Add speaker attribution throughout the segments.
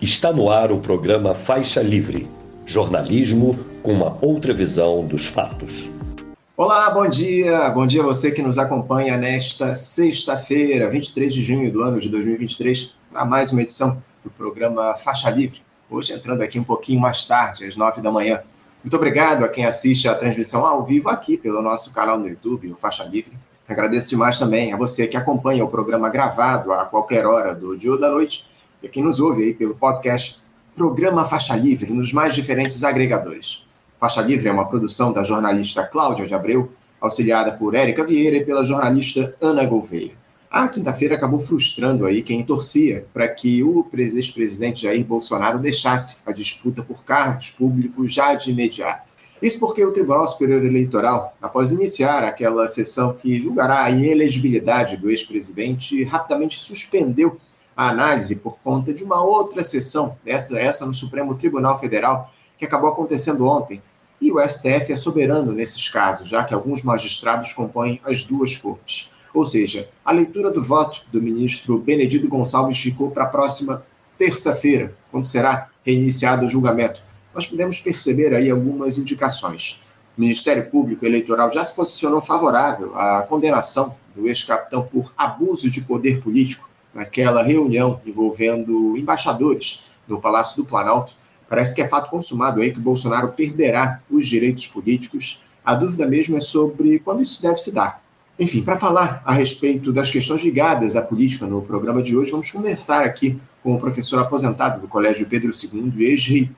Speaker 1: Está no ar o programa Faixa Livre, jornalismo com uma outra visão dos fatos.
Speaker 2: Olá, bom dia! Bom dia a você que nos acompanha nesta sexta-feira, 23 de junho do ano de 2023, para mais uma edição do programa Faixa Livre. Hoje entrando aqui um pouquinho mais tarde, às 9 da manhã. Muito obrigado a quem assiste a transmissão ao vivo aqui pelo nosso canal no YouTube, o Faixa Livre. Agradeço demais também a você que acompanha o programa gravado a qualquer hora do dia ou da noite e quem nos ouve aí pelo podcast Programa Faixa Livre nos mais diferentes agregadores. Faixa Livre é uma produção da jornalista Cláudia de Abreu, auxiliada por Érica Vieira e pela jornalista Ana Gouveia. A quinta-feira acabou frustrando aí quem torcia para que o ex-presidente Jair Bolsonaro deixasse a disputa por cargos públicos já de imediato. Isso porque o Tribunal Superior Eleitoral, após iniciar aquela sessão que julgará a inelegibilidade do ex-presidente, rapidamente suspendeu a análise por conta de uma outra sessão, essa no Supremo Tribunal Federal, que acabou acontecendo ontem. E o STF é soberano nesses casos, já que alguns magistrados compõem as duas cortes. Ou seja, a leitura do voto do ministro Benedito Gonçalves ficou para a próxima terça-feira, quando será reiniciado o julgamento. Nós podemos perceber aí algumas indicações. O Ministério Público Eleitoral já se posicionou favorável à condenação do ex-capitão por abuso de poder político naquela reunião envolvendo embaixadores no Palácio do Planalto. Parece que é fato consumado aí que Bolsonaro perderá os direitos políticos. A dúvida mesmo é sobre quando isso deve se dar. Enfim, para falar a respeito das questões ligadas à política no programa de hoje, vamos conversar aqui com o professor aposentado do Colégio Pedro II e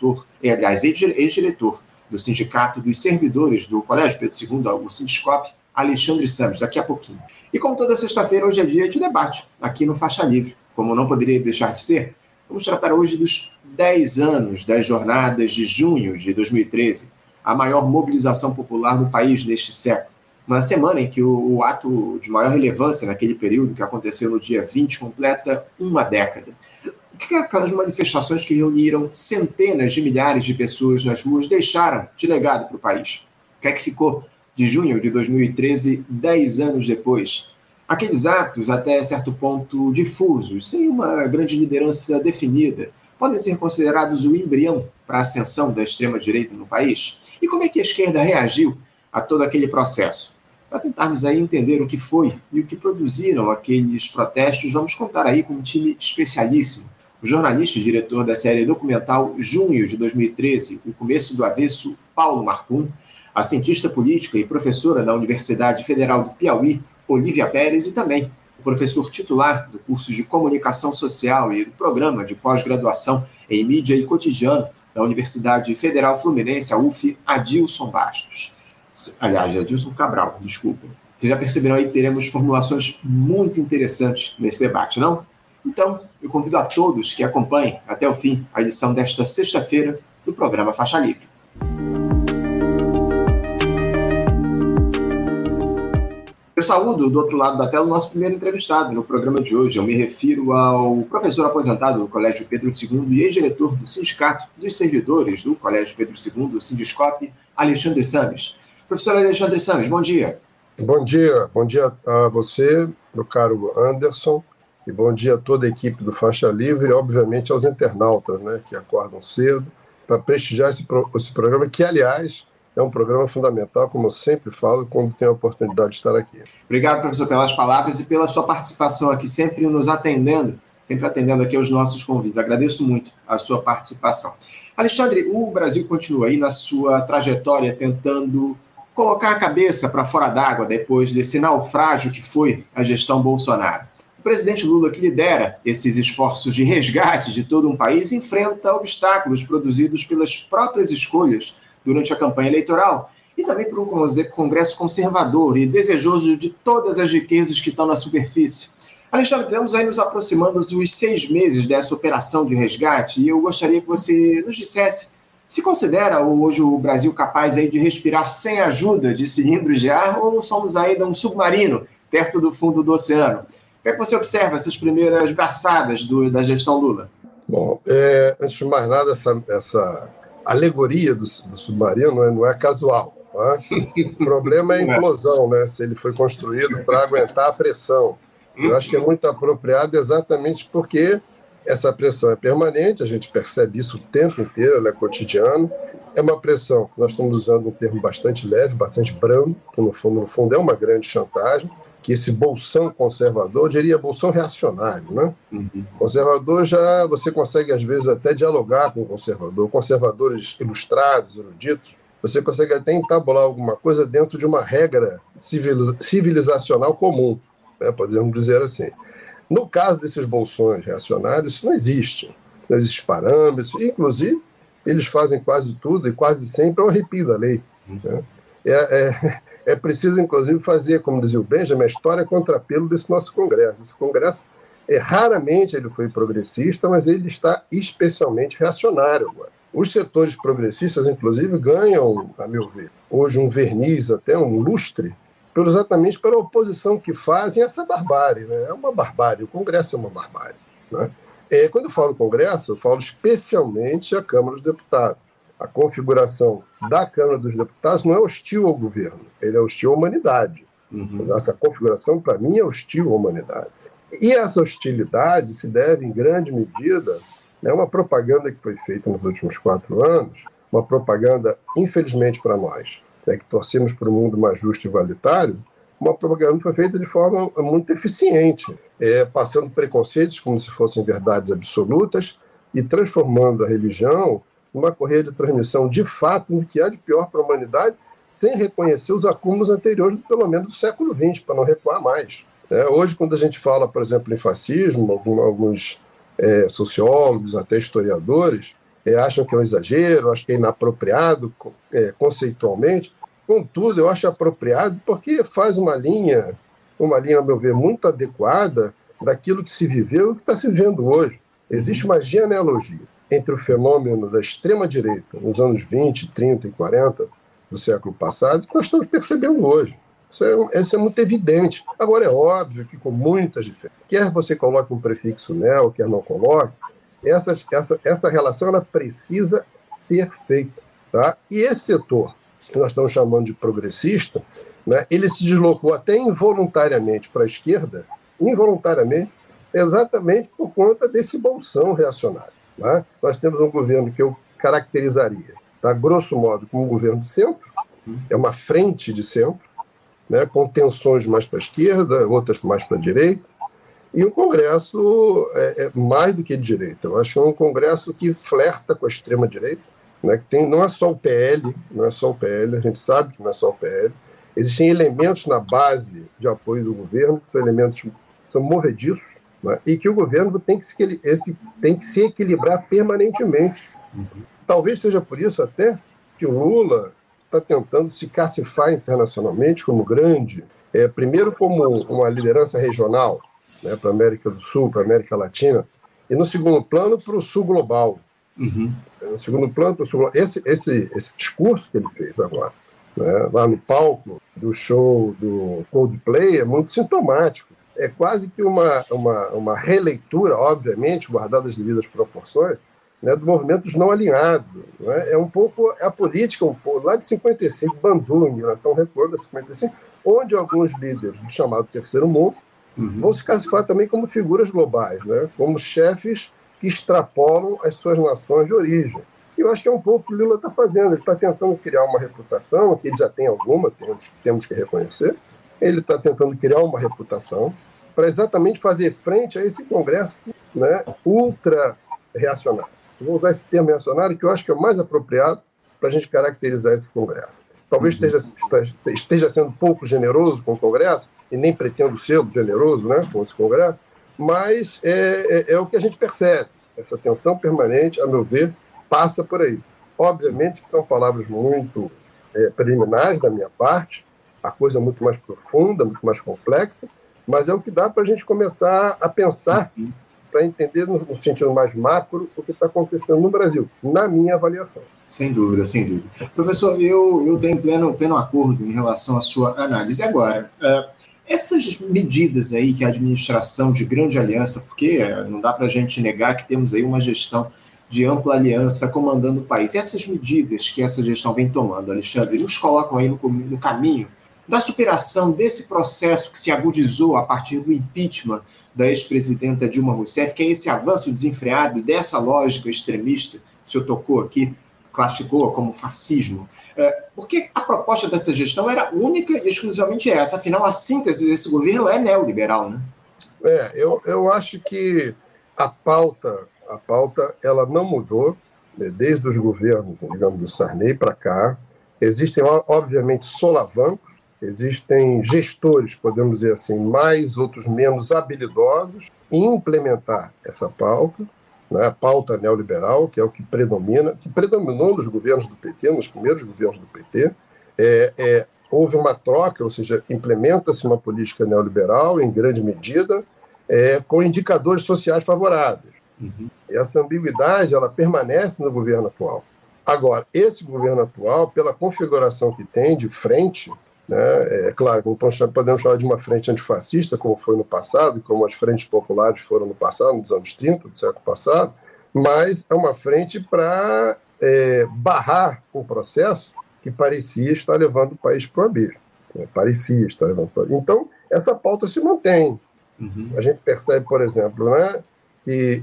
Speaker 2: ex-diretor do Sindicato dos Servidores do Colégio Pedro II, o Sindicop, Alexandre Sames, daqui a pouquinho. E como toda sexta-feira, hoje é dia de debate aqui no Faixa Livre. Como não poderia deixar de ser, vamos tratar hoje dos 10 anos das jornadas de junho de 2013, a maior mobilização popular do país neste século. Uma semana em que o ato de maior relevância naquele período, que aconteceu no dia 20, completa uma década. O que aquelas manifestações que reuniram centenas de milhares de pessoas nas ruas deixaram de legado para o país? O que é que ficou de junho de 2013, 10 anos depois? Aqueles atos, até certo ponto difusos, sem uma grande liderança definida, podem ser considerados o embrião para a ascensão da extrema-direita no país? E como é que a esquerda reagiu a todo aquele processo? Para tentarmos aí entender o que foi e o que produziram aqueles protestos, vamos contar aí com um time especialíssimo. O jornalista e diretor da série documental Junho de 2013, O Começo do Avesso, Paulo Marcum, a cientista política e professora da Universidade Federal do Piauí, Olívia Pérez, e também o professor titular do curso de Comunicação Social e do programa de pós-graduação em Mídia e Cotidiano da Universidade Federal Fluminense, a UF, Adilson Bastos. Aliás, Adilson Cabral, desculpem. Vocês já perceberam aí que teremos formulações muito interessantes nesse debate, não? Então, eu convido a todos que acompanhem até o fim a edição desta sexta-feira do programa Faixa Livre. Eu saúdo do outro lado da tela o nosso primeiro entrevistado no programa de hoje. Eu me refiro ao professor aposentado do Colégio Pedro II e ex-diretor do Sindicato dos Servidores do Colégio Pedro II, o Sindicop, Alexandre Sames. Professor Alexandre Sames, bom dia.
Speaker 3: Bom dia a você, meu caro Anderson, e bom dia a toda a equipe do Faixa Livre e, obviamente, aos internautas, né, que acordam cedo para prestigiar esse programa, que, aliás, é um programa fundamental, como eu sempre falo, quando tenho a oportunidade de estar aqui.
Speaker 2: Obrigado, professor, pelas palavras e pela sua participação aqui, sempre nos atendendo, sempre atendendo aqui aos nossos convites. Agradeço muito a sua participação. Alexandre, o Brasil continua aí na sua trajetória tentando colocar a cabeça para fora d'água depois desse naufrágio que foi a gestão Bolsonaro. O presidente Lula, que lidera esses esforços de resgate de todo um país, enfrenta obstáculos produzidos pelas próprias escolhas durante a campanha eleitoral e também por um Congresso conservador e desejoso de todas as riquezas que estão na superfície. Alexandre, estamos aí nos aproximando dos 6 meses dessa operação de resgate e eu gostaria que você nos dissesse se considera hoje o Brasil capaz aí de respirar sem ajuda de cilindros de ar ou somos ainda um submarino perto do fundo do oceano? Como é que você observa essas primeiras braçadas da gestão Lula?
Speaker 3: Bom, antes de mais nada, essa alegoria do submarino não é casual. Tá? O problema é a implosão, né? Se ele foi construído para aguentar a pressão. Eu acho que é muito apropriado exatamente porque Essa pressão é permanente, a gente percebe isso o tempo inteiro, ela é cotidiana. É uma pressão, nós estamos usando um termo bastante leve, bastante brando, que no fundo é uma grande chantagem, que esse bolsão conservador, eu diria bolsão reacionário, né? Conservador já, você consegue às vezes até dialogar com o conservador, conservadores ilustrados, eruditos, você consegue até entabular alguma coisa dentro de uma regra civilizacional comum, né? Podemos dizer assim. No caso desses bolsões reacionários, isso não existe. Não existe parâmetros, inclusive, eles fazem quase tudo e quase sempre ao arrepio da lei. Né? É preciso, inclusive, fazer, como dizia o Benjamin, a história contrapelo desse nosso Congresso. Esse Congresso, raramente ele foi progressista, mas ele está especialmente reacionário agora. Os setores progressistas, inclusive, ganham, a meu ver, hoje um verniz, até um lustre, exatamente pela oposição que fazem a essa barbárie. Né? É uma barbárie, o Congresso é uma barbárie. Né? Quando eu falo Congresso, eu falo especialmente a Câmara dos Deputados. A configuração da Câmara dos Deputados não é hostil ao governo, ele é hostil à humanidade. Essa configuração, para mim, é hostil à humanidade. E essa hostilidade se deve, em grande medida, a uma propaganda que foi feita nos últimos 4 anos, uma propaganda, infelizmente para nós, que torcemos para um mundo mais justo e igualitário, uma propaganda que foi feita de forma muito eficiente, passando preconceitos como se fossem verdades absolutas e transformando a religião numa correia de transmissão de fato do que há de pior para a humanidade, sem reconhecer os acúmulos anteriores, pelo menos do século XX, para não recuar mais. Hoje, quando a gente fala, por exemplo, em fascismo, alguns sociólogos, até historiadores, acham que é um exagero, acham que é inapropriado conceitualmente. Contudo, eu acho apropriado porque faz uma linha, a meu ver, muito adequada daquilo que se viveu e o que está se vivendo hoje. Existe uma genealogia entre o fenômeno da extrema-direita nos anos 20, 30 e 40 do século passado que nós estamos percebendo hoje. Isso é muito evidente. Agora, é óbvio que com muitas diferenças, quer você coloque um prefixo neo, quer não coloque, essa relação ela precisa ser feita. Tá? E esse setor, que nós estamos chamando de progressista, né, ele se deslocou até involuntariamente para a esquerda, exatamente por conta desse bolsão reacionário. Né? Nós temos um governo que eu caracterizaria, tá, grosso modo, como um governo de centro, é uma frente de centro, né, com tensões mais para a esquerda, outras mais para a direita, e um Congresso mais do que de direita. Eu acho que é um Congresso que flerta com a extrema-direita, né, que não é só o PL, a gente sabe que não é só o PL, existem elementos na base de apoio do governo, que são elementos que são movediços, né, e que o governo tem que se equilibrar permanentemente. Talvez seja por isso até que o Lula está tentando se cacifar internacionalmente como grande, primeiro como uma liderança regional, né, para a América do Sul, para a América Latina, e no segundo plano para o Sul global. No segundo plano, para o Sul global. Esse discurso que ele fez agora, né, lá no palco do show do Coldplay, é muito sintomático. É quase que uma releitura, obviamente, guardada as devidas proporções, né, do movimento dos não alinhados. Né? É um pouco a política, lá de 55, Bandung, né, então recorda 55, onde alguns líderes do chamado Terceiro Mundo vão se classificar também como figuras globais, né, como chefes que extrapolam as suas nações de origem. E eu acho que é um pouco o que o Lula está fazendo. Ele está tentando criar uma reputação, que ele já tem alguma, temos que reconhecer. Ele está tentando criar uma reputação para exatamente fazer frente a esse Congresso, né, ultra-reacionário. Vou usar esse termo reacionário, que eu acho que é o mais apropriado para a gente caracterizar esse Congresso. Talvez esteja sendo pouco generoso com o Congresso, e nem pretendo ser generoso, né, com esse Congresso, mas é o que a gente percebe. Essa tensão permanente, a meu ver, passa por aí. Obviamente que são palavras muito preliminares da minha parte, a coisa é muito mais profunda, muito mais complexa, mas é o que dá para a gente começar a pensar, para entender no sentido mais macro o que está acontecendo no Brasil, na minha avaliação.
Speaker 2: Sem dúvida, sem dúvida. Professor, eu tenho pleno acordo em relação à sua análise. Agora, essas medidas aí que a administração de grande aliança, porque não dá para a gente negar que temos aí uma gestão de ampla aliança comandando o país. Essas medidas que essa gestão vem tomando, Alexandre, nos colocam aí no caminho da superação desse processo que se agudizou a partir do impeachment da ex-presidenta Dilma Rousseff, que é esse avanço desenfreado dessa lógica extremista que o senhor tocou aqui, classificou como fascismo? Porque a proposta dessa gestão era única e exclusivamente essa. Afinal, a síntese desse governo é neoliberal, né?
Speaker 3: Eu acho que a pauta ela não mudou, né, desde os governos, digamos, do Sarney para cá. Existem, obviamente, solavancos, existem gestores, podemos dizer assim, mais, outros menos habilidosos em implementar essa pauta, né, a pauta neoliberal, que é o que predominou nos governos do PT, nos primeiros governos do PT. Houve uma troca, ou seja, implementa-se uma política neoliberal, em grande medida, com indicadores sociais favoráveis.
Speaker 2: Uhum.
Speaker 3: E essa ambiguidade ela permanece no governo atual. Agora, esse governo atual, pela configuração que tem de frente, né, claro, não podemos chamar de uma frente antifascista, como foi no passado, como as frentes populares foram no passado, nos anos 30 do século passado, mas é uma frente para barrar um processo que parecia estar levando o país para o abismo. Parecia estar levando para o abismo. Então, essa pauta se mantém.
Speaker 2: Uhum.
Speaker 3: A gente percebe, por exemplo, né, que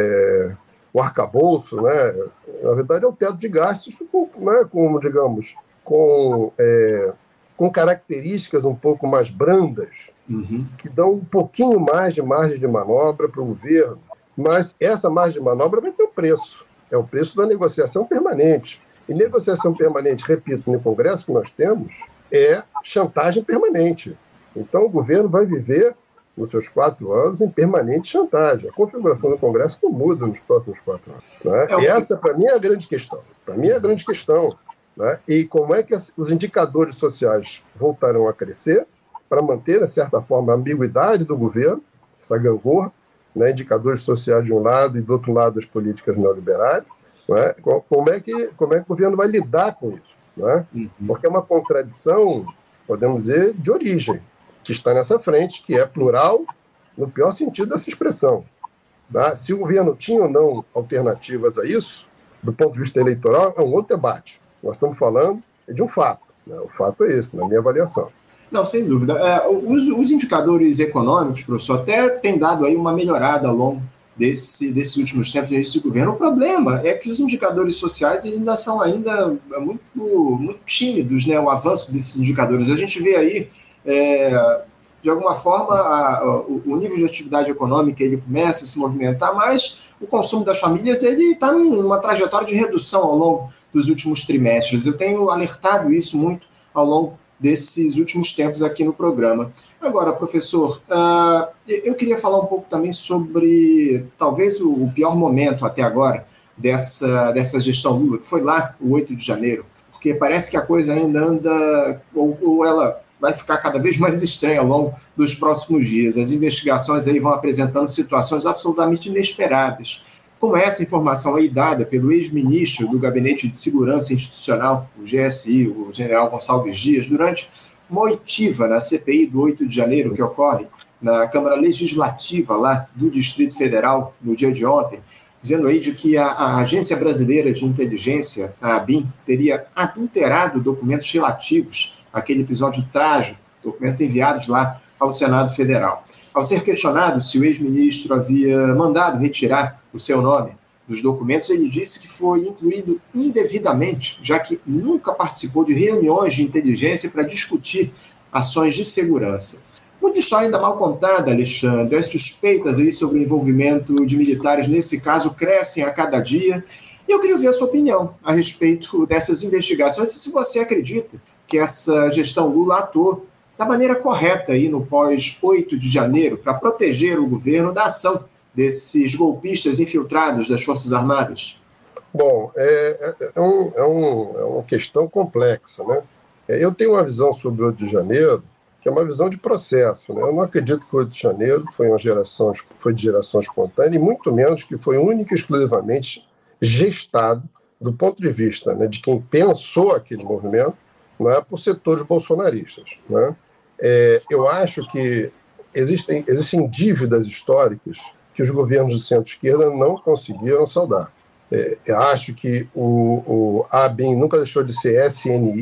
Speaker 3: o arcabouço, né, na verdade, é o teto de gastos, né, digamos, com características um pouco mais brandas,
Speaker 2: uhum,
Speaker 3: que dão um pouquinho mais de margem de manobra para o governo, mas essa margem de manobra vai ter um preço. É o preço da negociação permanente. E negociação permanente, repito, no Congresso que nós temos, é chantagem permanente. Então, o governo vai viver, nos seus 4 anos, em permanente chantagem. A configuração do Congresso não muda nos próximos 4 anos. Né? E essa, para mim, é a grande questão. Para mim, é a grande questão. Né? E como é que os indicadores sociais voltarão a crescer para manter, de certa forma, a ambiguidade do governo, essa gangorra, né? Indicadores sociais de um lado e, do outro lado, as políticas neoliberais. Né? Como é que o governo vai lidar com isso? Né? Porque é uma contradição, podemos dizer, de origem, que está nessa frente, que é plural, no pior sentido dessa expressão. Tá? Se o governo tinha ou não alternativas a isso, do ponto de vista eleitoral, é um outro debate. Nós estamos falando de um fato. Né? O fato é esse, na minha avaliação.
Speaker 2: Não, sem dúvida. Os indicadores econômicos, professor, até têm dado aí uma melhorada ao longo desses últimos tempos desse governo. O problema é que os indicadores sociais ainda são muito tímidos, né? O avanço desses indicadores. A gente vê aí, de alguma forma, o nível de atividade econômica ele começa a se movimentar, mas o consumo das famílias ele está numa trajetória de redução ao longo dos últimos trimestres. Eu tenho alertado isso muito ao longo desses últimos tempos aqui no programa. Agora, professor, eu queria falar um pouco também sobre, talvez, o pior momento até agora dessa gestão Lula, que foi lá, o 8 de janeiro, porque parece que a coisa ainda anda, ou ela vai ficar cada vez mais estranha ao longo dos próximos dias. As investigações aí vão apresentando situações absolutamente inesperadas, como essa informação aí dada pelo ex-ministro do Gabinete de Segurança Institucional, o GSI, o general Gonçalves Dias, durante uma oitiva na CPI do 8 de janeiro, que ocorre na Câmara Legislativa lá do Distrito Federal, no dia de ontem, dizendo aí de que a Agência Brasileira de Inteligência, a ABIN, teria adulterado documentos relativos àquele episódio trágico, documentos enviados lá ao Senado Federal. Ao ser questionado se o ex-ministro havia mandado retirar o seu nome dos documentos, ele disse que foi incluído indevidamente, já que nunca participou de reuniões de inteligência para discutir ações de segurança. Muita história ainda mal contada, Alexandre. As suspeitas aí sobre o envolvimento de militares nesse caso crescem a cada dia. E eu queria ouvir a sua opinião a respeito dessas investigações e se você acredita que essa gestão Lula atuou da maneira correta aí no pós-8 de janeiro para proteger o governo da ação desses golpistas infiltrados das Forças Armadas?
Speaker 3: Bom, é uma questão complexa, né? Eu tenho uma visão sobre o 8 de janeiro que é uma visão de processo, né? Eu não acredito que o 8 de janeiro foi de geração espontânea, e muito menos que foi única e exclusivamente gestado do ponto de vista, né, de quem pensou aquele movimento, né, por setores bolsonaristas. Né? Eu acho que existem dívidas históricas que os governos de centro-esquerda não conseguiram saldar. Eu acho que a ABIN nunca deixou de ser SNI,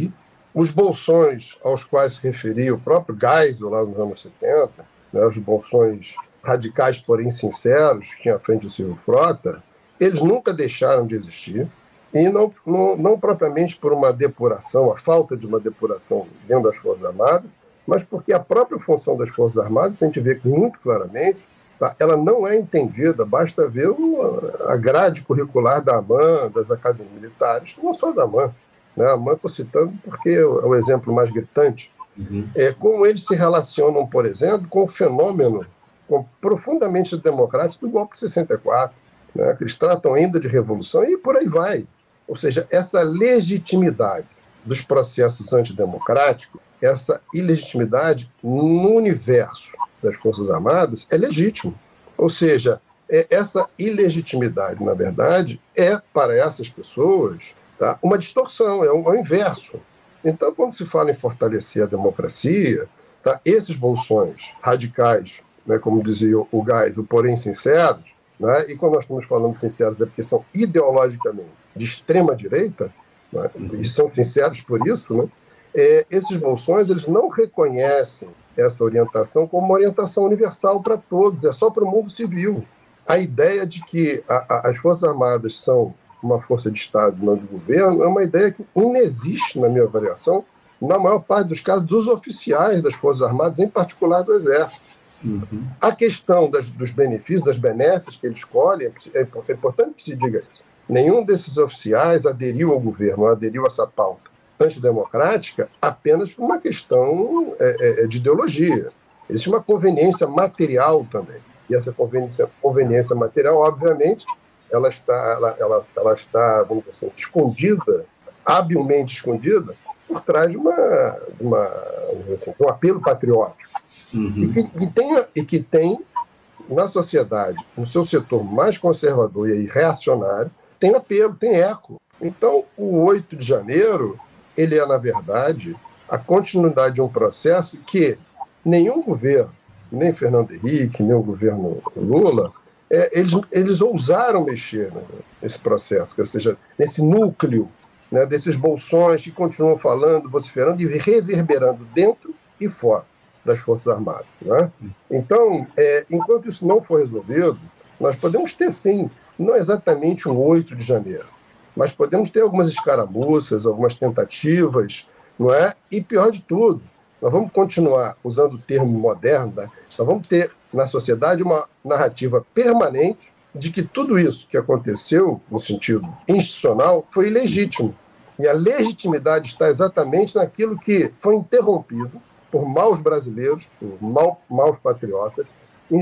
Speaker 3: Os bolsões aos quais se referia o próprio Geisel lá nos anos 70, né, os bolsões radicais, porém sinceros, que tinha à frente o Silvio Frota, eles nunca deixaram de existir, e não propriamente por uma depuração, a falta de uma depuração dentro das Forças Armadas, mas porque a própria função das Forças Armadas, a gente vê muito claramente, tá, ela não é entendida, basta ver a grade curricular da AMAN, das academias militares, não só da AMAN, né? A AMAN estou citando porque é o exemplo mais gritante, como eles se relacionam, por exemplo, com o fenômeno profundamente democrático do golpe de 64, né? Que eles tratam ainda de revolução e por aí vai. Ou seja, essa legitimidade dos processos antidemocráticos, essa ilegitimidade no universo das Forças Armadas é legítimo. Ou seja, essa ilegitimidade, na verdade, é, para essas pessoas, tá, uma distorção, é o inverso. Então, quando se fala em fortalecer a democracia, tá, esses bolsões radicais, né, como dizia o Geisel, porém sinceros, né, e quando nós estamos falando sinceros é porque são ideologicamente de extrema-direita, né, e são sinceros por isso, né, esses bolsões eles não reconhecem essa orientação como uma orientação universal para todos, é só para o mundo civil. A ideia de que as Forças Armadas são uma força de Estado, não de governo, é uma ideia que inexiste, na minha avaliação, na maior parte dos casos, dos oficiais das Forças Armadas, em particular do Exército. A questão dos benefícios, das benesses que ele escolhe, é importante que se diga isso. Nenhum desses oficiais aderiu ao governo, aderiu a essa pauta antidemocrática apenas por uma questão de ideologia. Existe uma conveniência material também. E essa conveniência material, obviamente, ela está, vamos dizer assim, escondida, habilmente escondida, por trás de um apelo patriótico. E que tem, na sociedade, no seu setor mais conservador e reacionário, tem apelo, tem eco. Então, o 8 de janeiro, ele é, na verdade, a continuidade de um processo que nenhum governo, nem Fernando Henrique, nem o governo Lula, eles ousaram mexer nesse processo, ou seja, nesse núcleo, né, desses bolsões que continuam falando, vociferando e reverberando dentro e fora das Forças Armadas. Né? Então, enquanto isso não for resolvido, nós podemos ter, sim, não exatamente um 8 de janeiro, mas podemos ter algumas escaramuças, algumas tentativas, não é? E pior de tudo, nós vamos continuar usando o termo moderno, né? Nós vamos ter na sociedade uma narrativa permanente de que tudo isso que aconteceu, no sentido institucional, foi ilegítimo. E a legitimidade está exatamente naquilo que foi interrompido por maus brasileiros, por maus patriotas, em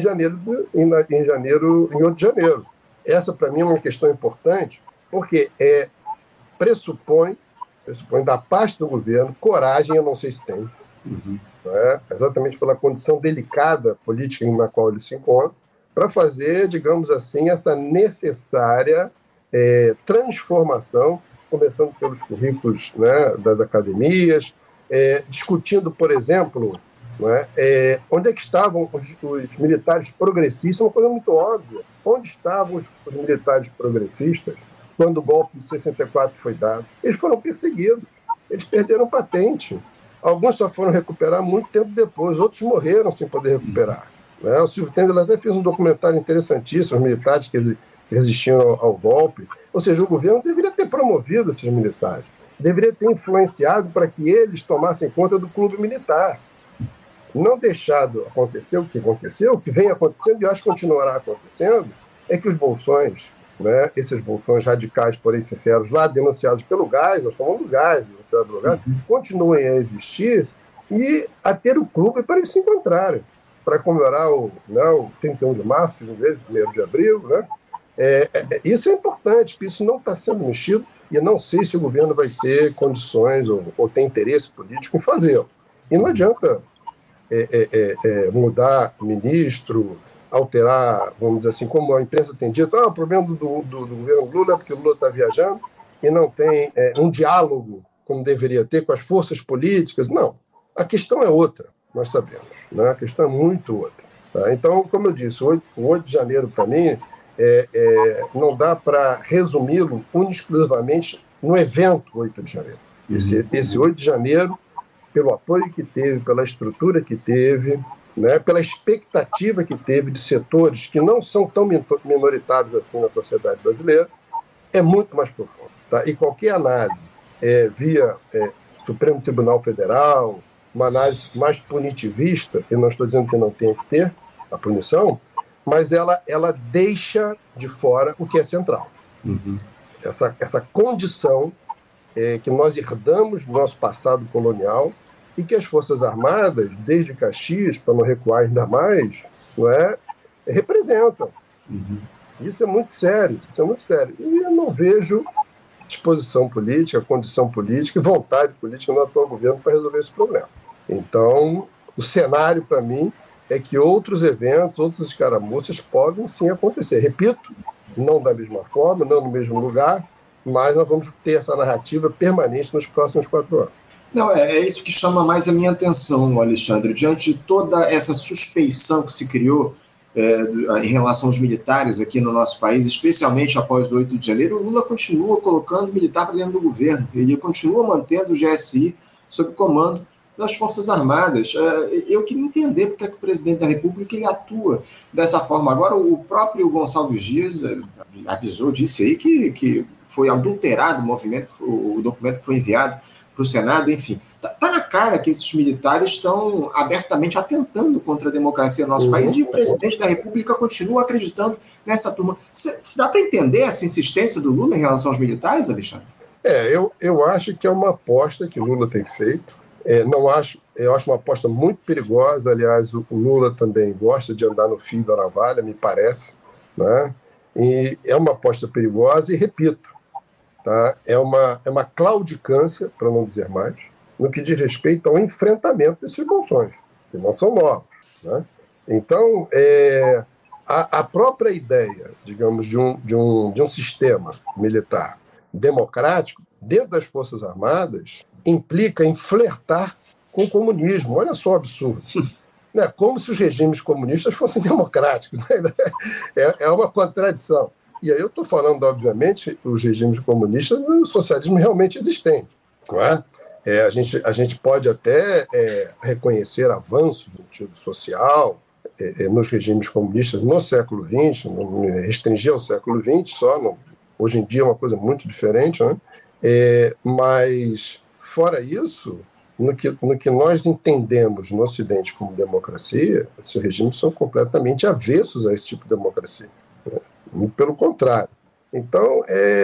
Speaker 3: 8 de janeiro. Essa, para mim, é uma questão importante, porque pressupõe da parte do governo coragem, eu não sei se tem, exatamente pela condição delicada política na qual ele se encontra, para fazer, digamos assim, essa necessária transformação, começando pelos currículos, né, das academias, discutindo, por exemplo, onde é que estavam os militares progressistas, uma coisa muito óbvia. Onde estavam os militares progressistas quando o golpe de 64 foi dado? Eles foram perseguidos, eles perderam patente. Alguns só foram recuperar muito tempo depois, outros morreram sem poder recuperar. Né? O Silvio Tendler até fez um documentário interessantíssimo, os militares que resistiam ao golpe. Ou seja, o governo deveria ter promovido esses militares, deveria ter influenciado para que eles tomassem conta do clube militar. Não deixado acontecer o que vem acontecendo, e acho que continuará acontecendo, é que os bolsões, né, esses bolsões radicais, porém sinceros, lá denunciados pelo Geisel, nós falamos do Geisel, denunciado pelo Geisel, continuem a existir e a ter o clube para eles se encontrarem, para comemorar o 31 de março, 1º de abril. Né? Isso é importante, porque isso não está sendo mexido, e eu não sei se o governo vai ter condições ou tem interesse político em fazê-lo. E não adianta mudar ministro, alterar, vamos dizer assim, como a imprensa tem dito, o problema do governo Lula é porque o Lula está viajando e não tem um diálogo como deveria ter com as forças políticas. Não, a questão é outra, nós sabemos, né? A questão é muito outra. Tá? Então, como eu disse, o 8 de janeiro, para mim, não dá para resumi-lo exclusivamente no evento 8 de janeiro. Esse 8 de janeiro, pelo apoio que teve, pela estrutura que teve, né, pela expectativa que teve de setores que não são tão minoritários assim na sociedade brasileira, é muito mais profundo. Tá? E qualquer análise via Supremo Tribunal Federal, uma análise mais punitivista, eu não estou dizendo que não tenha que ter a punição, mas ela deixa de fora o que é central. Essa condição que nós herdamos do nosso passado colonial e que as Forças Armadas, desde Caxias, para não recuar ainda mais, não é, representam. Isso é muito sério, E eu não vejo disposição política, condição política e vontade política no atual governo para resolver esse problema. Então, o cenário, para mim, é que outros eventos, outras escaramuças podem sim acontecer. Repito, não da mesma forma, não no mesmo lugar, mas nós vamos ter essa narrativa permanente nos próximos 4 anos.
Speaker 2: Não, é isso que chama mais a minha atenção, Alexandre. Diante de toda essa suspeição que se criou em relação aos militares aqui no nosso país, especialmente após o 8 de janeiro, o Lula continua colocando militar para dentro do governo. Ele continua mantendo o GSI sob comando das Forças Armadas. Eu queria entender porque é que o presidente da República ele atua dessa forma. Agora, o próprio Gonçalves Dias avisou, disse aí que foi adulterado o documento que foi enviado para o Senado, enfim. Está na cara que esses militares estão abertamente atentando contra a democracia no nosso país e o presidente da República continua acreditando nessa turma. Se dá para entender essa insistência do Lula em relação aos militares, Alexandre?
Speaker 3: Eu acho que é uma aposta que o Lula tem feito. Eu acho uma aposta muito perigosa. Aliás, o Lula também gosta de andar no fio da navalha, me parece, né? E é uma aposta perigosa e, repito, tá? É uma claudicância, para não dizer mais, no que diz respeito ao enfrentamento desses bolsões, que não são novos, né? Então, a própria ideia, digamos, de um sistema militar democrático dentro das Forças Armadas implica em flertar com o comunismo. Olha só o absurdo. Né? Como se os regimes comunistas fossem democráticos. Né? É uma contradição. E aí eu estou falando, obviamente, os regimes comunistas do socialismo realmente existente. Não é? A gente pode até reconhecer avanços no sentido social nos regimes comunistas no século XX, não restringir ao século XX só, hoje em dia é uma coisa muito diferente, né? Mas, fora isso, no que nós entendemos no Ocidente como democracia, esses regimes são completamente avessos a esse tipo de democracia. Né? Pelo contrário. Então,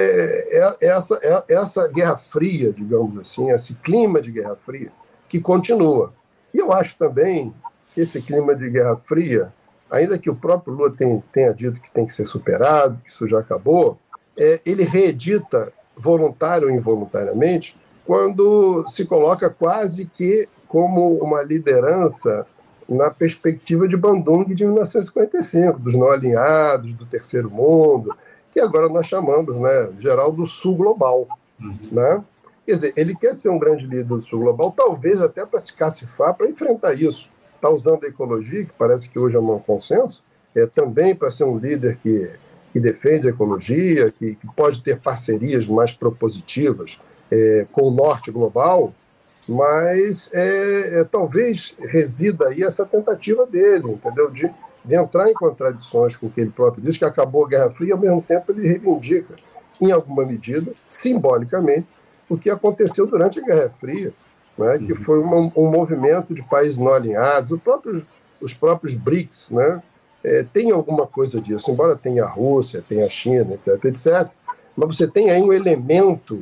Speaker 3: essa Guerra Fria, digamos assim, esse clima de Guerra Fria, que continua. E eu acho também que esse clima de Guerra Fria, ainda que o próprio Lula tenha dito que tem que ser superado, que isso já acabou, ele reedita, voluntário ou involuntariamente, quando se coloca quase que como uma liderança na perspectiva de Bandung de 1955, dos não alinhados, do terceiro mundo, que agora nós chamamos, né, geral, do Sul Global. Né? Quer dizer, ele quer ser um grande líder do Sul Global, talvez até para se cacifar, para enfrentar isso. Está usando a ecologia, que parece que hoje é um consenso, também para ser um líder que defende a ecologia, que pode ter parcerias mais propositivas com o norte global, mas talvez resida aí essa tentativa dele, entendeu? De entrar em contradições com o que ele próprio diz, que acabou a Guerra Fria, e ao mesmo tempo ele reivindica, em alguma medida, simbolicamente, o que aconteceu durante a Guerra Fria, né? Que foi um movimento de países não alinhados, os próprios BRICS, né? Tem alguma coisa disso, embora tenha a Rússia, tenha a China, etc., mas você tem aí um elemento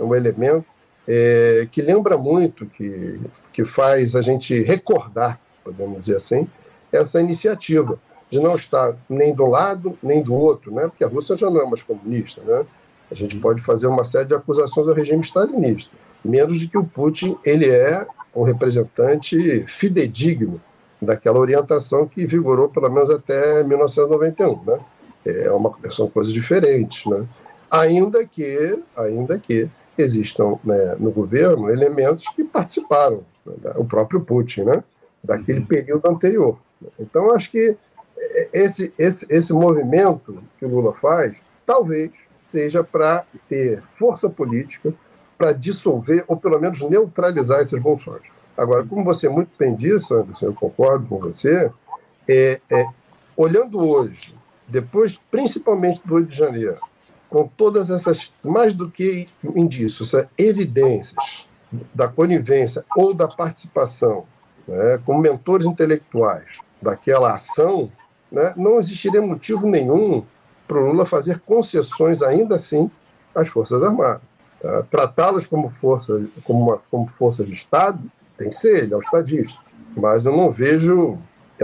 Speaker 3: que lembra muito, que faz a gente recordar, podemos dizer assim, essa iniciativa de não estar nem de um lado nem do outro, né? Porque a Rússia já não é mais comunista, né? A gente pode fazer uma série de acusações ao regime stalinista, menos de que o Putin ele é um representante fidedigno daquela orientação que vigorou pelo menos até 1991, né? São coisas diferentes, né? Ainda que existam, né, no governo elementos que participaram, né, o próprio Putin, né, daquele período anterior. Então, acho que esse movimento que o Lula faz talvez seja para ter força política para dissolver ou pelo menos neutralizar esses bolsões. Agora, como você muito bem disse, Anderson, eu concordo com você, olhando hoje, depois principalmente do 8 de janeiro, com todas essas, mais do que indícios, evidências da conivência ou da participação, né, como mentores intelectuais daquela ação, né, não existiria motivo nenhum para o Lula fazer concessões ainda assim às Forças Armadas. Tá? Tratá-las como forças de Estado tem que ser, ele é um estadista. Mas eu não vejo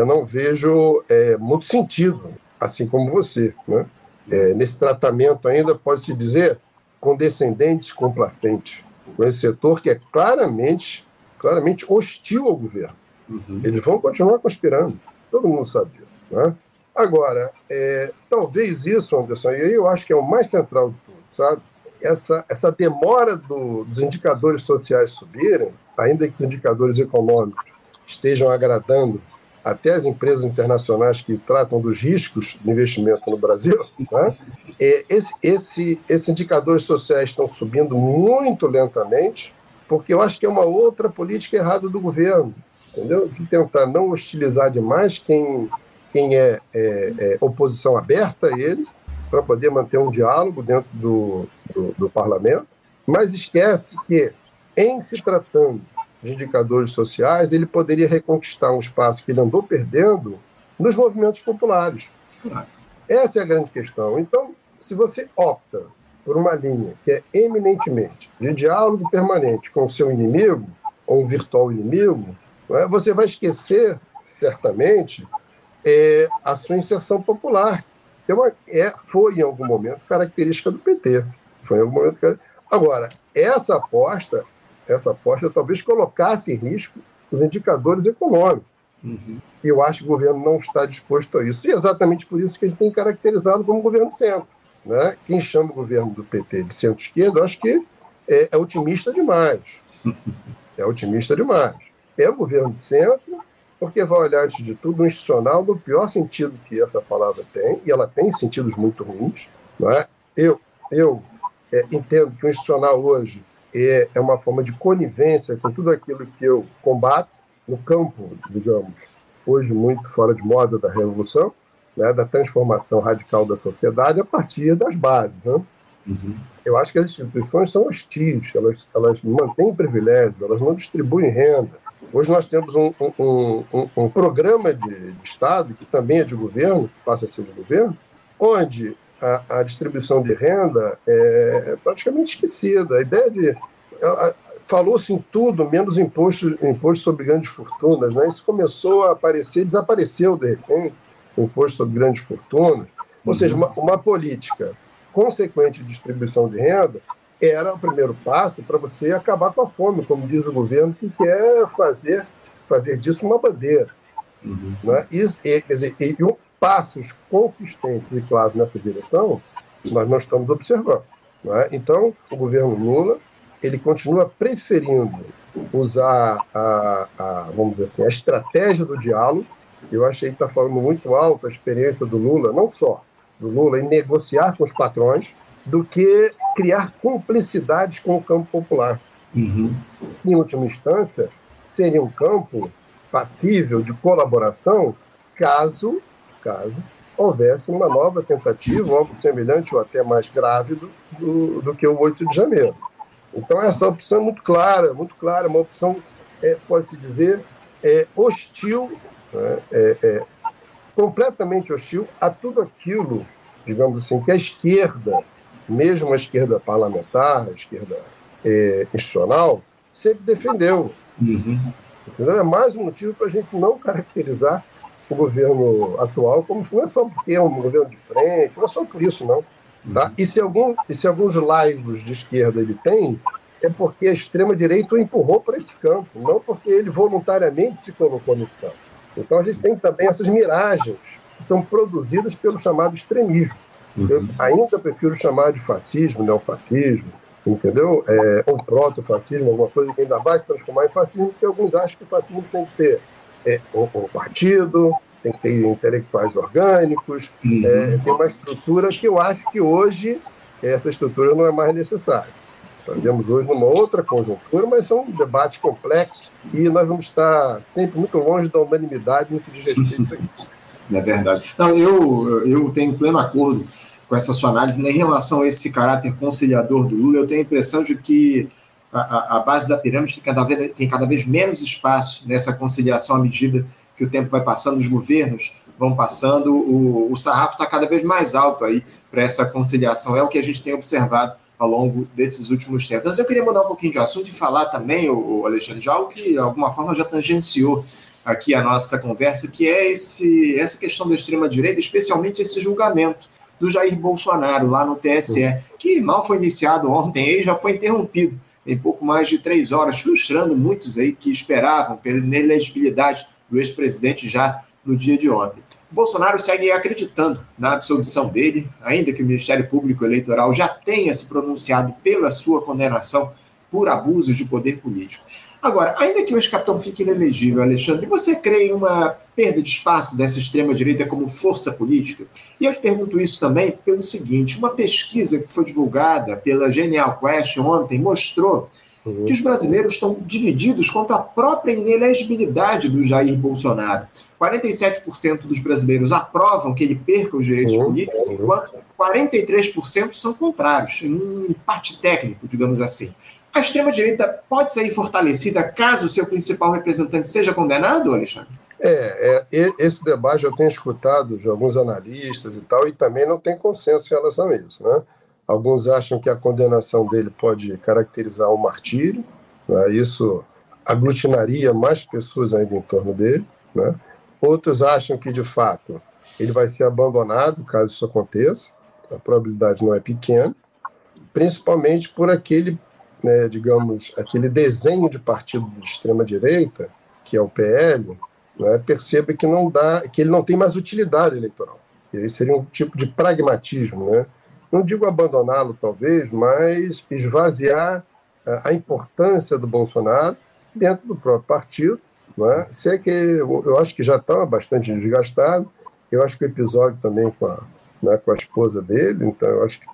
Speaker 3: muito sentido, assim como você, né? Nesse tratamento ainda, pode-se dizer, condescendente, complacente, com esse setor que é claramente hostil ao governo. Uhum. Eles vão continuar conspirando, todo mundo sabe disso. Né? Agora, talvez isso, Anderson, e aí eu acho que é o mais central de tudo, sabe? Essa demora dos indicadores sociais subirem, ainda que os indicadores econômicos estejam agradando até as empresas internacionais que tratam dos riscos de investimento no Brasil, né? Esses indicadores sociais estão subindo muito lentamente, porque eu acho que é uma outra política errada do governo, entendeu? De tentar não hostilizar demais quem é oposição aberta a ele, para poder manter um diálogo dentro do parlamento, mas esquece que, em se tratando de indicadores sociais, ele poderia reconquistar um espaço que ele andou perdendo nos movimentos populares. Essa é a grande questão. Então, se você opta por uma linha que é eminentemente de diálogo permanente com o seu inimigo, ou um virtual inimigo, né, você vai esquecer, certamente, a sua inserção popular, que foi, em algum momento, característica do PT. Foi em algum momento. Agora, essa aposta talvez colocasse em risco os indicadores econômicos. Uhum. E eu acho que o governo não está disposto a isso. E é exatamente por isso que a gente tem caracterizado como governo de centro. Né? Quem chama o governo do PT de centro-esquerda, eu acho que é otimista demais. É otimista demais. É um governo de centro, porque vai olhar, antes de tudo, o institucional no pior sentido que essa palavra tem, e ela tem sentidos muito ruins. Não é? Eu entendo que o institucional hoje é uma forma de conivência com tudo aquilo que eu combato no campo, digamos, hoje muito fora de moda da revolução, né, da transformação radical da sociedade a partir das bases. Né? Uhum. Eu acho que as instituições são hostis, elas mantêm privilégios, elas não distribuem renda. Hoje nós temos um programa de Estado, que também é de governo, passa a ser de governo, onde a distribuição de renda é praticamente esquecida. A ideia de... Falou-se em tudo, menos imposto sobre grandes fortunas. Né? Isso começou a aparecer, desapareceu, de repente, o imposto sobre grandes fortunas. Ou seja, uma política consequente de distribuição de renda era o primeiro passo para você acabar com a fome, como diz o governo, que quer fazer disso uma bandeira. Uhum. Né? E passos consistentes e claros nessa direção, nós não estamos observando. Né? Então, o governo Lula ele continua preferindo usar vamos dizer assim, a estratégia do diálogo. Eu achei que está falando muito alto a experiência do Lula, não só do Lula, em negociar com os patrões, do que criar cumplicidades com o campo popular. Uhum. Que, em última instância, seria um campo passível de colaboração caso houvesse uma nova tentativa, algo semelhante ou até mais grave do que o 8 de janeiro. Então, essa opção é muito clara, uma opção, pode-se dizer, hostil, né? Completamente hostil a tudo aquilo, digamos assim, que a esquerda, mesmo a esquerda parlamentar, a esquerda institucional, sempre defendeu. Uhum. Entendeu? É mais um motivo para a gente não caracterizar o governo atual como se não é só porque é um governo de frente, não é só por isso, não. Tá? E se alguns laivos de esquerda ele tem, é porque a extrema-direita o empurrou para esse campo, não porque ele voluntariamente se colocou nesse campo. Então a gente tem também essas miragens que são produzidas pelo chamado extremismo. Uhum. Eu ainda prefiro chamar de fascismo, neofascismo, entendeu? Ou proto-fascismo, alguma coisa que ainda vai se transformar em fascismo, porque alguns acham que o fascismo tem que ter um partido, tem que ter intelectuais orgânicos, tem uma estrutura que eu acho que hoje essa estrutura não é mais necessária. Estamos hoje numa outra conjuntura, mas é um debate complexo e nós vamos estar sempre muito longe da unanimidade no que diz respeito a isso.
Speaker 2: É verdade. Não, eu tenho pleno acordo com essa sua análise. Em relação a esse caráter conciliador do Lula, eu tenho a impressão de que a base da pirâmide tem cada vez menos espaço nessa conciliação à medida que o tempo vai passando, os governos vão passando, o sarrafo está cada vez mais alto aí para essa conciliação. É o que a gente tem observado ao longo desses últimos tempos. Mas eu queria mudar um pouquinho de assunto e falar também, o Alexandre, de algo que de alguma forma já tangenciou aqui a nossa conversa, que é essa questão da extrema-direita, especialmente esse julgamento do Jair Bolsonaro lá no TSE, que mal foi iniciado ontem e já foi interrompido em pouco mais de 3 horas, frustrando muitos aí que esperavam pela inelegibilidade do ex-presidente já no dia de ontem. O Bolsonaro segue acreditando na absolvição dele, ainda que o Ministério Público Eleitoral já tenha se pronunciado pela sua condenação por abuso de poder político. Agora, ainda que o ex-capitão fique inelegível, Alexandre, você crê em uma perda de espaço dessa extrema-direita como força política? E eu te pergunto isso também pelo seguinte: uma pesquisa que foi divulgada pela Genial Quest ontem mostrou que os brasileiros estão divididos quanto à própria inelegibilidade do Jair Bolsonaro. 47% dos brasileiros aprovam que ele perca os direitos políticos, enquanto 43% são contrários, em um empate técnico, digamos assim. A extrema-direita pode sair fortalecida caso o seu principal representante seja condenado, Alexandre?
Speaker 3: Esse debate eu tenho escutado de alguns analistas e tal, e também não tem consenso em relação a isso, né? Alguns acham que a condenação dele pode caracterizar um martírio, né? Isso aglutinaria mais pessoas ainda em torno dele, né? Outros acham que, de fato, ele vai ser abandonado caso isso aconteça, a probabilidade não é pequena, principalmente por aquele aquele desenho de partido de extrema-direita, que é o PL, né, perceba que ele não tem mais utilidade eleitoral. E aí seria um tipo de pragmatismo, né? Não digo abandoná-lo, talvez, mas esvaziar a importância do Bolsonaro dentro do próprio partido. Né? Se é que eu acho que já está bastante desgastado. Eu acho que o episódio também com a esposa dele, então eu acho que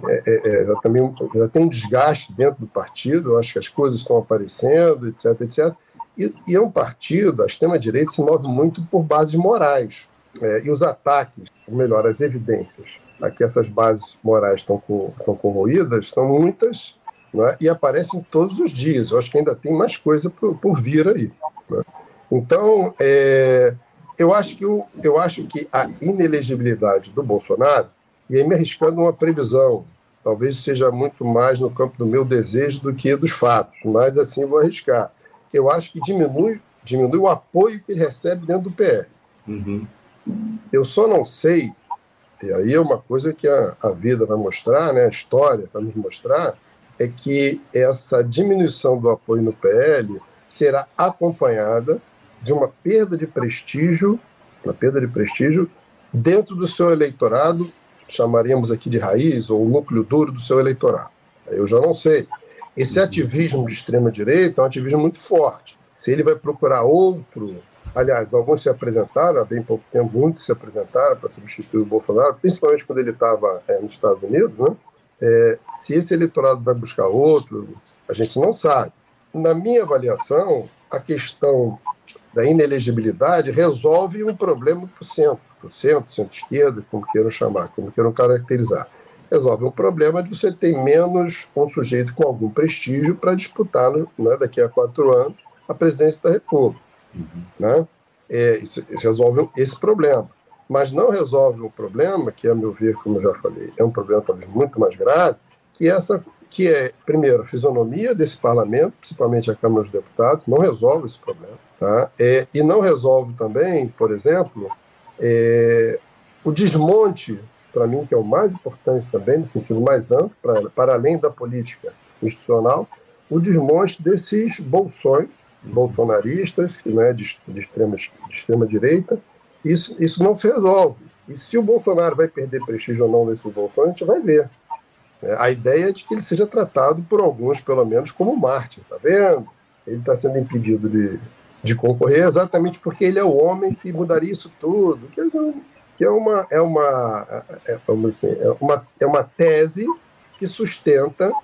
Speaker 3: já tem um desgaste dentro do partido. Eu acho que as coisas estão aparecendo, etc, etc. E é um partido, a extrema-direita se move muito por bases morais. E os ataques, ou melhor, as evidências a que essas bases morais estão corroídas são muitas, né? E aparecem todos os dias. Eu acho que ainda tem mais coisa por vir aí. Né? Então, eu acho que a inelegibilidade do Bolsonaro, e aí me arriscando uma previsão, talvez seja muito mais no campo do meu desejo do que dos fatos, mas assim vou arriscar. Eu acho que diminui o apoio que ele recebe dentro do PL. Eu só não sei, e aí é uma coisa que a vida vai mostrar, né, a história vai nos mostrar, é que essa diminuição do apoio no PL será acompanhada de uma perda de prestígio dentro do seu eleitorado, chamaríamos aqui de raiz, ou o núcleo duro do seu eleitorado. Eu já não sei. Esse ativismo de extrema-direita é um ativismo muito forte. Se ele vai procurar outro... Aliás, alguns se apresentaram, há bem pouco tempo, muitos se apresentaram para substituir o Bolsonaro, principalmente quando ele estava nos Estados Unidos, né? Se esse eleitorado vai buscar outro, a gente não sabe. Na minha avaliação, a questão da inelegibilidade resolve um problema para o centro-esquerda, como queiram chamar, como queiram caracterizar. Resolve um problema de você ter menos um sujeito com algum prestígio para disputar, né, daqui a 4 anos, a presidência da República. Né? Isso resolve esse problema. Mas não resolve um problema que, a meu ver, como eu já falei, é um problema talvez muito mais grave, que é, primeiro, a fisionomia desse parlamento, principalmente a Câmara dos Deputados, não resolve esse problema. Tá? E não resolve também, por exemplo, o desmonte, para mim, que é o mais importante também, no sentido mais amplo, para além da política institucional, o desmonte desses bolsonaristas, né, de extrema direita. Isso não se resolve. E se o Bolsonaro vai perder prestígio ou não nesse Bolsonaro, a gente vai ver. A ideia é de que ele seja tratado por alguns, pelo menos, como mártir. Está vendo? Ele está sendo impedido de concorrer exatamente porque ele é o homem que mudaria isso tudo. Que é uma tese que sustenta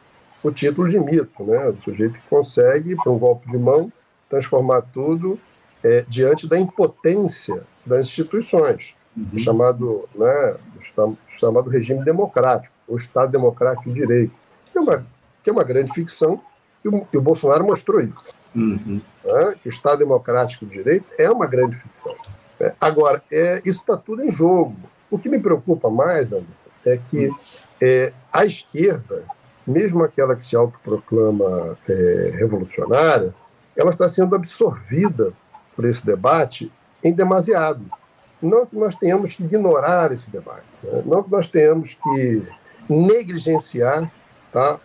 Speaker 3: o título de mito, né? O sujeito que consegue, por um golpe de mão, transformar tudo diante da impotência das instituições, o chamado regime democrático, o Estado Democrático de Direito, que é uma grande ficção, e o Bolsonaro mostrou isso. Né? Que o Estado Democrático de Direito é uma grande ficção. Agora, isso está tudo em jogo. O que me preocupa mais, Anderson, é que a esquerda, mesmo aquela que se autoproclama revolucionária, ela está sendo absorvida por esse debate em demasiado. Não que nós tenhamos que ignorar esse debate, né? Não que nós tenhamos que negligenciar, tá,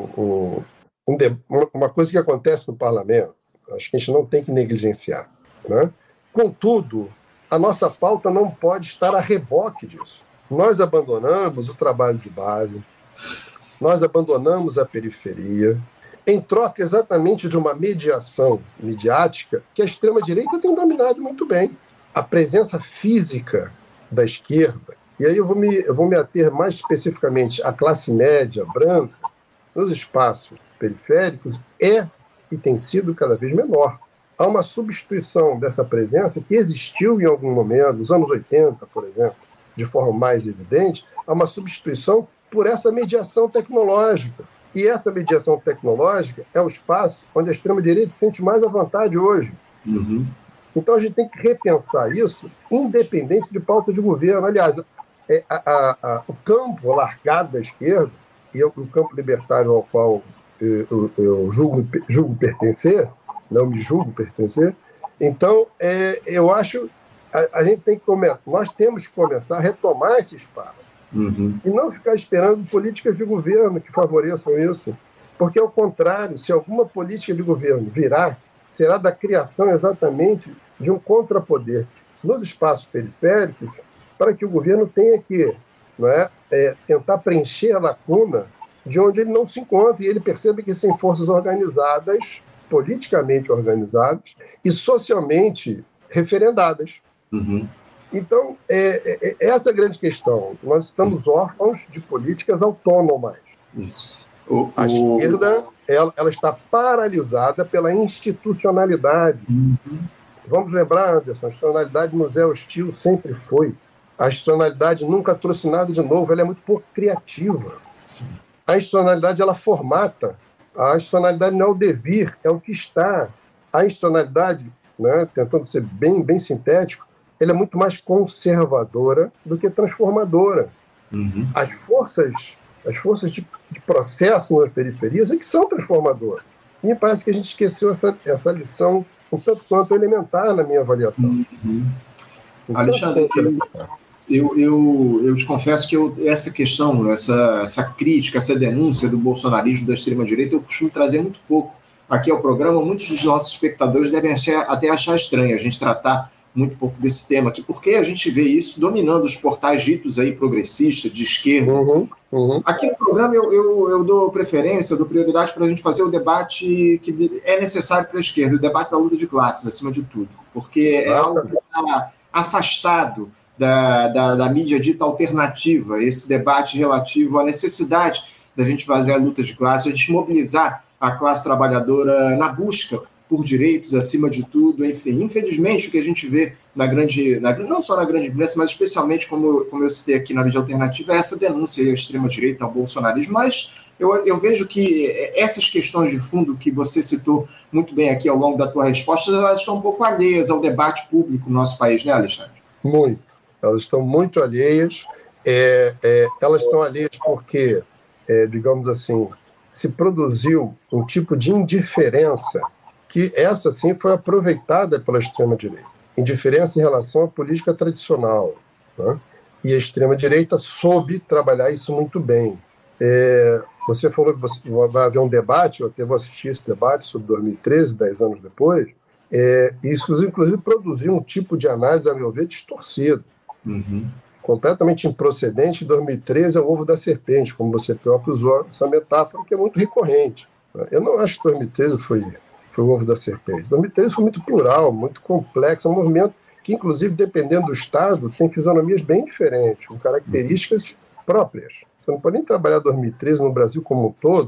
Speaker 3: uma coisa que acontece no parlamento. Acho que a gente não tem que negligenciar, né? Contudo, a nossa pauta não pode estar a reboque disso. Nós abandonamos o trabalho de base, nós abandonamos a periferia, em troca exatamente de uma mediação midiática que a extrema-direita tem dominado muito bem. A presença física da esquerda, e aí eu vou me ater mais especificamente à classe média branca, nos espaços periféricos, e tem sido cada vez menor. Há uma substituição dessa presença que existiu em algum momento, nos anos 80, por exemplo, de forma mais evidente, há uma substituição por essa mediação tecnológica. E essa mediação tecnológica é o espaço onde a extrema-direita se sente mais à vontade hoje. Então a gente tem que repensar isso, independente de pauta de governo. Aliás, o campo largado da esquerda, e o campo libertário ao qual eu julgo pertencer, não me julgo pertencer, então eu acho a gente tem que nós temos que começar a retomar esse espaço. E não ficar esperando políticas de governo que favoreçam isso. Porque, ao contrário, se alguma política de governo virar, será da criação exatamente de um contrapoder nos espaços periféricos para que o governo tenha que tentar preencher a lacuna de onde ele não se encontra e ele percebe que são forças organizadas, politicamente organizadas e socialmente referendadas. Então, essa é a grande questão. Nós estamos órfãos de políticas autônomas.
Speaker 2: Isso.
Speaker 3: A esquerda ela está paralisada pela institucionalidade. Vamos lembrar, Anderson, a institucionalidade nos é hostil, sempre foi. A institucionalidade nunca trouxe nada de novo, ela é muito pouco criativa.
Speaker 2: Sim.
Speaker 3: A institucionalidade, ela formata. A institucionalidade não é o devir, é o que está. A institucionalidade, né, tentando ser bem sintético, ela é muito mais conservadora do que transformadora. As forças de processo nas periferias é que são transformadoras. E me parece que a gente esqueceu essa lição um tanto quanto elementar na minha avaliação.
Speaker 2: Alexandre, eu te confesso que essa questão, essa crítica, essa denúncia do bolsonarismo da extrema-direita, eu costumo trazer muito pouco aqui ao programa. Muitos dos nossos espectadores devem até achar estranho a gente tratar muito pouco desse tema aqui, porque a gente vê isso dominando os portais ditos aí progressistas, de esquerda. Aqui no programa eu dou preferência, dou prioridade para a gente fazer o debate que é necessário para a esquerda, o debate da luta de classes, acima de tudo, porque é algo que está afastado da mídia dita alternativa, esse debate relativo à necessidade da gente fazer a luta de classes, a gente mobilizar a classe trabalhadora na busca por direitos, acima de tudo, enfim. Infelizmente, o que a gente vê não só na grande imprensa, mas especialmente, como eu citei aqui na mídia alternativa, é essa denúncia à extrema-direita, ao bolsonarismo, mas eu vejo que essas questões de fundo que você citou muito bem aqui ao longo da tua resposta, elas estão um pouco alheias ao debate público no nosso país, né, Alexandre?
Speaker 3: Muito. Elas estão muito alheias. Elas estão alheias porque, digamos assim, se produziu um tipo de indiferença que essa, sim, foi aproveitada pela extrema-direita. Indiferença em relação à política tradicional. Né? E a extrema-direita soube trabalhar isso muito bem. Você falou que vai haver um debate, eu até vou assistir esse debate sobre 2013, 10 anos depois, isso, inclusive, produziu um tipo de análise, a meu ver, distorcido. Completamente improcedente. Em 2013 é o ovo da serpente, como você próprio usou essa metáfora, que é muito recorrente. Eu não acho que 2013 foi o ovo da serpente. 2013 foi muito plural, muito complexo, um movimento que, inclusive, dependendo do Estado, tem fisionomias bem diferentes, com características próprias. Você não pode nem trabalhar 2013 no Brasil como um todo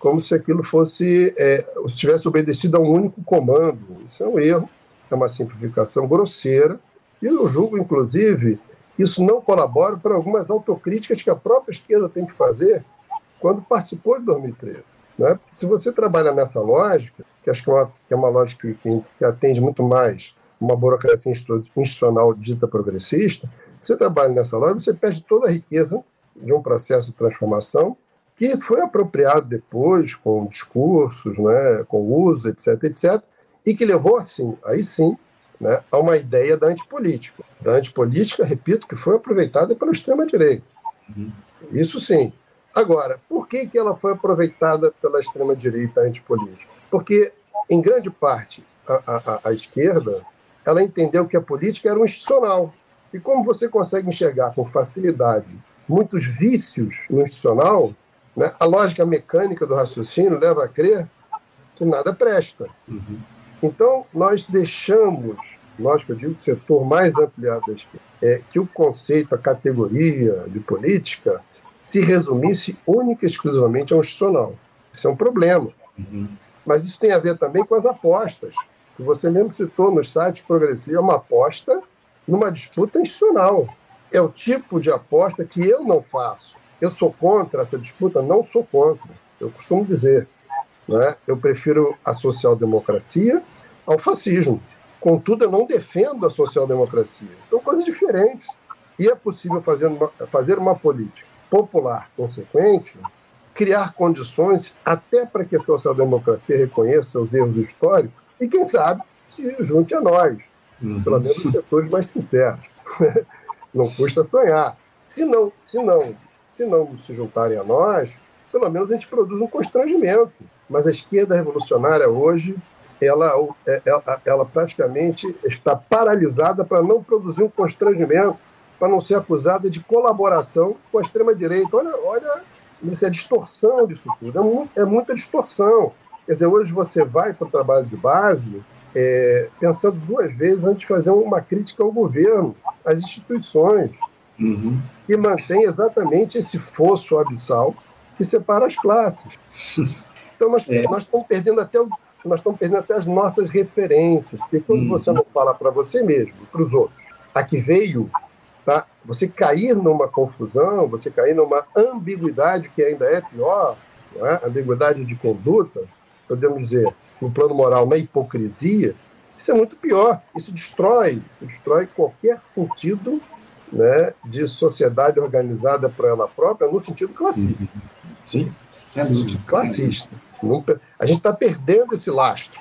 Speaker 3: como se aquilo fosse, se tivesse obedecido a um único comando. Isso é um erro, é uma simplificação grosseira, e eu julgo, inclusive, isso não colabora para algumas autocríticas que a própria esquerda tem que fazer quando participou de 2013. Né? Se você trabalha nessa lógica, que acho que é uma lógica que atende muito mais uma burocracia institucional dita progressista, você trabalha nessa lógica, você perde toda a riqueza de um processo de transformação que foi apropriado depois com discursos, né, com uso, etc., e que levou, assim, aí sim, né, a uma ideia da antipolítica. Da antipolítica, repito, que foi aproveitada pela extrema-direita. Isso sim. Agora, por que ela foi aproveitada pela extrema-direita antipolítica? Porque, em grande parte, a esquerda ela entendeu que a política era um institucional. E como você consegue enxergar com facilidade muitos vícios no institucional, né, a lógica mecânica do raciocínio leva a crer que nada presta. Então, nós deixamos, nós que eu digo, o setor mais ampliado da esquerda, que o conceito, a categoria de política se resumisse única e exclusivamente ao institucional. Isso é um problema. Mas isso tem a ver também com as apostas, que você mesmo citou nos sites progressivos, é uma aposta numa disputa institucional. É o tipo de aposta que eu não faço. Eu sou contra essa disputa? Não sou contra. Eu costumo dizer, né? Eu prefiro a social-democracia ao fascismo. Contudo, eu não defendo a social-democracia. São coisas diferentes. E é possível fazer uma política popular consequente, criar condições até para que a social-democracia reconheça seus erros históricos e, quem sabe, se junte a nós, pelo menos os setores mais sinceros. Não custa sonhar. Se não se juntarem a nós, pelo menos a gente produz um constrangimento. Mas a esquerda revolucionária hoje, ela praticamente está paralisada para não produzir um constrangimento, para não ser acusada de colaboração com a extrema-direita. Olha, isso é distorção disso tudo, é muita distorção. Quer dizer, hoje você vai para o trabalho de base pensando duas vezes antes de fazer uma crítica ao governo, às instituições, que mantém exatamente esse fosso abissal que separa as classes. Então, nós estamos perdendo até as nossas referências, porque quando você não fala para você mesmo, para os outros, a que veio, tá? Você cair numa confusão, você cair numa ambiguidade que ainda é pior, não é? Ambiguidade de conduta, podemos dizer, no plano moral, na hipocrisia, isso é muito pior. Isso destrói qualquer sentido, né, de sociedade organizada por ela própria no sentido classista.
Speaker 2: Sim.
Speaker 3: No sentido classista. A gente está perdendo esse lastro.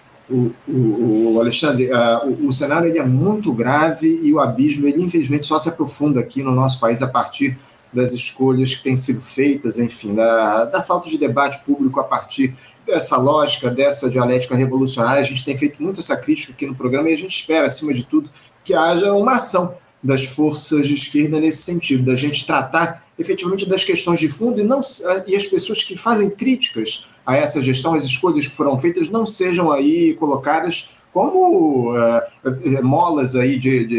Speaker 2: O Alexandre, o cenário ele é muito grave e o abismo, ele infelizmente só se aprofunda aqui no nosso país a partir das escolhas que têm sido feitas, enfim, da falta de debate público a partir dessa lógica, dessa dialética revolucionária. A gente tem feito muito essa crítica aqui no programa e a gente espera, acima de tudo, que haja uma ação das forças de esquerda nesse sentido, da gente tratar efetivamente das questões de fundo e as pessoas que fazem críticas a essa gestão, as escolhas que foram feitas, não sejam aí colocadas como molas aí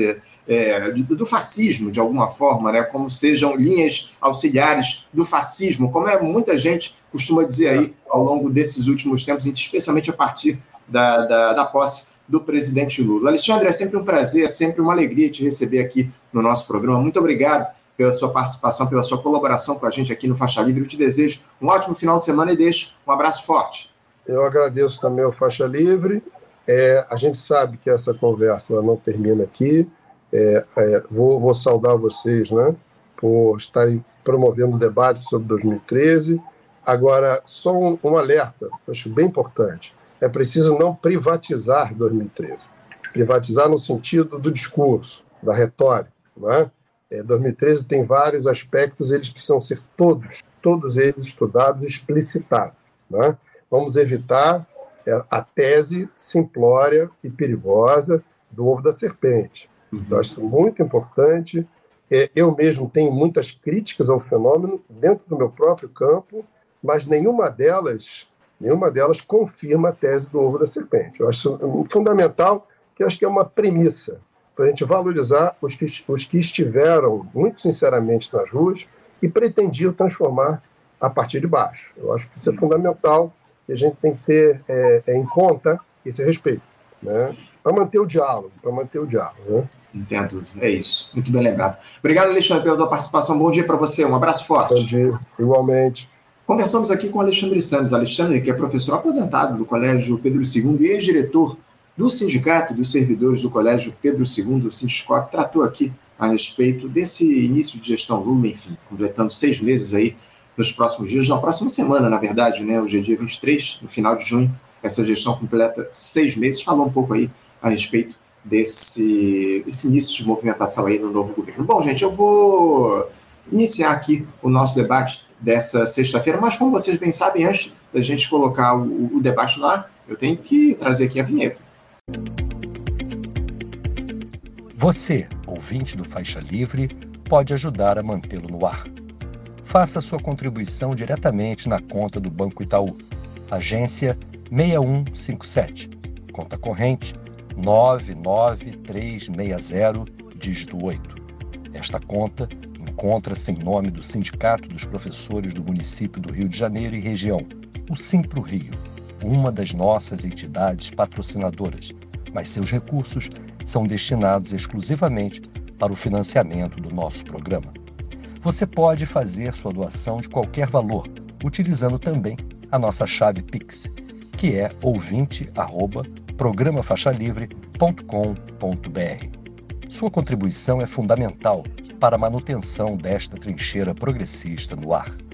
Speaker 2: do fascismo, de alguma forma, né? Como sejam linhas auxiliares do fascismo, como muita gente costuma dizer aí ao longo desses últimos tempos, especialmente a partir da posse do presidente Lula. Alexandre, é sempre um prazer, é sempre uma alegria te receber aqui no nosso programa. Muito obrigado pela sua participação, pela sua colaboração com a gente aqui no Faixa Livre. Eu te desejo um ótimo final de semana e deixo um abraço forte.
Speaker 3: Eu agradeço também ao Faixa Livre. A gente sabe que essa conversa não termina aqui. Vou saudar vocês, né, por estarem promovendo debates sobre 2013. Agora, só um alerta, acho bem importante. É preciso não privatizar 2013. Privatizar no sentido do discurso, da retórica. Né? 2013 tem vários aspectos, eles precisam ser todos eles estudados e explicitados. Né? Vamos evitar a tese simplória e perigosa do ovo da serpente. Eu acho isso muito importante. Eu mesmo tenho muitas críticas ao fenômeno dentro do meu próprio campo, mas nenhuma delas confirma a tese do ovo da serpente. Eu acho fundamental, que eu acho que é uma premissa para a gente valorizar os que estiveram muito sinceramente nas ruas e pretendiam transformar a partir de baixo. Eu acho que isso é fundamental e a gente tem que ter em conta esse respeito, né? Para manter o diálogo, né?
Speaker 2: Não tenha dúvida, é isso. Muito bem lembrado. Obrigado, Alexandre, pela tua participação. Bom dia para você, um abraço forte.
Speaker 3: Bom dia, igualmente.
Speaker 2: Conversamos aqui com Alexandre Santos. Alexandre, que é professor aposentado do Colégio Pedro II e ex-diretor do Sindicato dos Servidores do Colégio Pedro II, o Sindicop, tratou aqui a respeito desse início de gestão Lula, enfim, completando 6 meses aí nos próximos dias, na próxima semana, na verdade, né? Hoje é dia 23, no final de junho, essa gestão completa 6 meses. Falou um pouco aí a respeito desse início de movimentação aí no novo governo. Bom, gente, eu vou iniciar aqui o nosso debate dessa sexta-feira, mas como vocês bem sabem, antes da gente colocar o debate no ar, eu tenho que trazer aqui a vinheta.
Speaker 1: Você, ouvinte do Faixa Livre, pode ajudar a mantê-lo no ar. Faça sua contribuição diretamente na conta do Banco Itaú, agência 6157, conta corrente 99360, dígito 8. Esta conta encontra-se em nome do Sindicato dos Professores do Município do Rio de Janeiro e região, o Simpro Rio, uma das nossas entidades patrocinadoras, mas seus recursos são destinados exclusivamente para o financiamento do nosso programa. Você pode fazer sua doação de qualquer valor, utilizando também a nossa chave Pix, que é ouvinte@programafaixalivre.com.br. Sua contribuição é fundamental para a manutenção desta trincheira progressista no ar.